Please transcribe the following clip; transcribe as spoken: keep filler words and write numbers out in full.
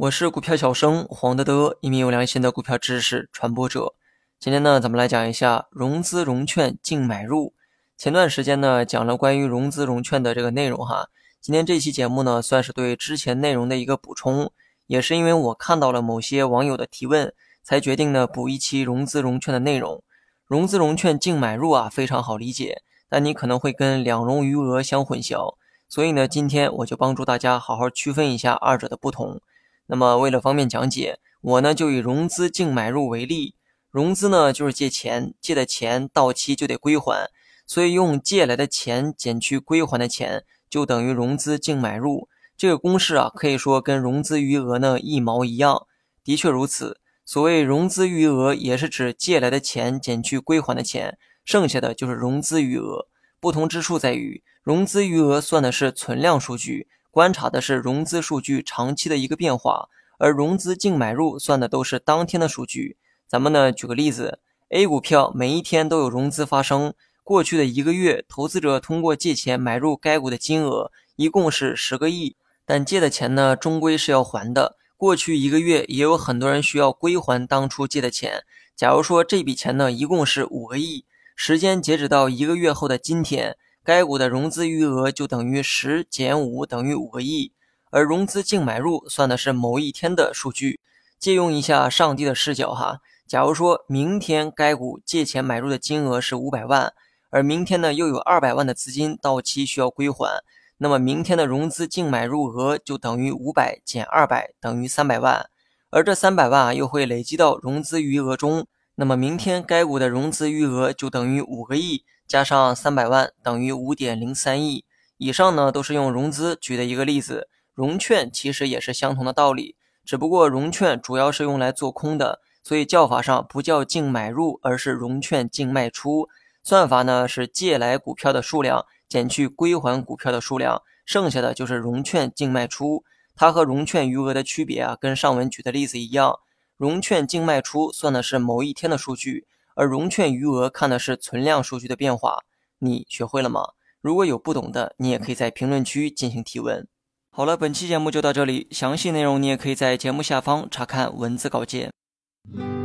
我是股票小生黄德德，一名有良心的股票知识传播者。今天呢，咱们来讲一下融资融券净买入。前段时间呢，讲了关于融资融券的这个内容哈。今天这期节目呢，算是对之前内容的一个补充，也是因为我看到了某些网友的提问，才决定呢补一期融资融券的内容。融资融券净买入啊，非常好理解，但你可能会跟两融余额相混淆，所以呢，今天我就帮助大家好好区分一下二者的不同。那么为了方便讲解，我呢就以融资净买入为例。融资呢就是借钱，借的钱到期就得归还，所以用借来的钱减去归还的钱，就等于融资净买入。这个公式啊，可以说跟融资余额呢一毛一样。的确如此，所谓融资余额也是指借来的钱减去归还的钱，剩下的就是融资余额。不同之处在于，融资余额算的是存量数据，观察的是融资数据长期的一个变化，而融资净买入算的都是当天的数据。咱们呢举个例子 ，A 股票每一天都有融资发生，过去的一个月，投资者通过借钱买入该股的金额一共是十个亿，但借的钱呢终归是要还的。过去一个月也有很多人需要归还当初借的钱。假如说这笔钱呢一共是五个亿，时间截止到一个月后的今天，该股的融资余额就等于十减五等于五个亿，而融资净买入算的是某一天的数据。借用一下上帝的视角哈，假如说明天该股借钱买入的金额是五百万，而明天呢又有二百万的资金到期需要归还，那么明天的融资净买入额就等于五百减二百等于三百万，而这三百万啊又会累积到融资余额中，那么明天该股的融资余额就等于五个亿加上三百万等于 五点零三亿。以上呢都是用融资举的一个例子，融券其实也是相同的道理，只不过融券主要是用来做空的，所以叫法上不叫净买入，而是融券净卖出。算法呢是借来股票的数量减去归还股票的数量，剩下的就是融券净卖出。它和融券余额的区别啊，跟上文举的例子一样，融券净卖出算的是某一天的数据，而融券余额看的是存量数据的变化。你学会了吗？如果有不懂的，你也可以在评论区进行提问。好了，本期节目就到这里，详细内容你也可以在节目下方查看文字稿件。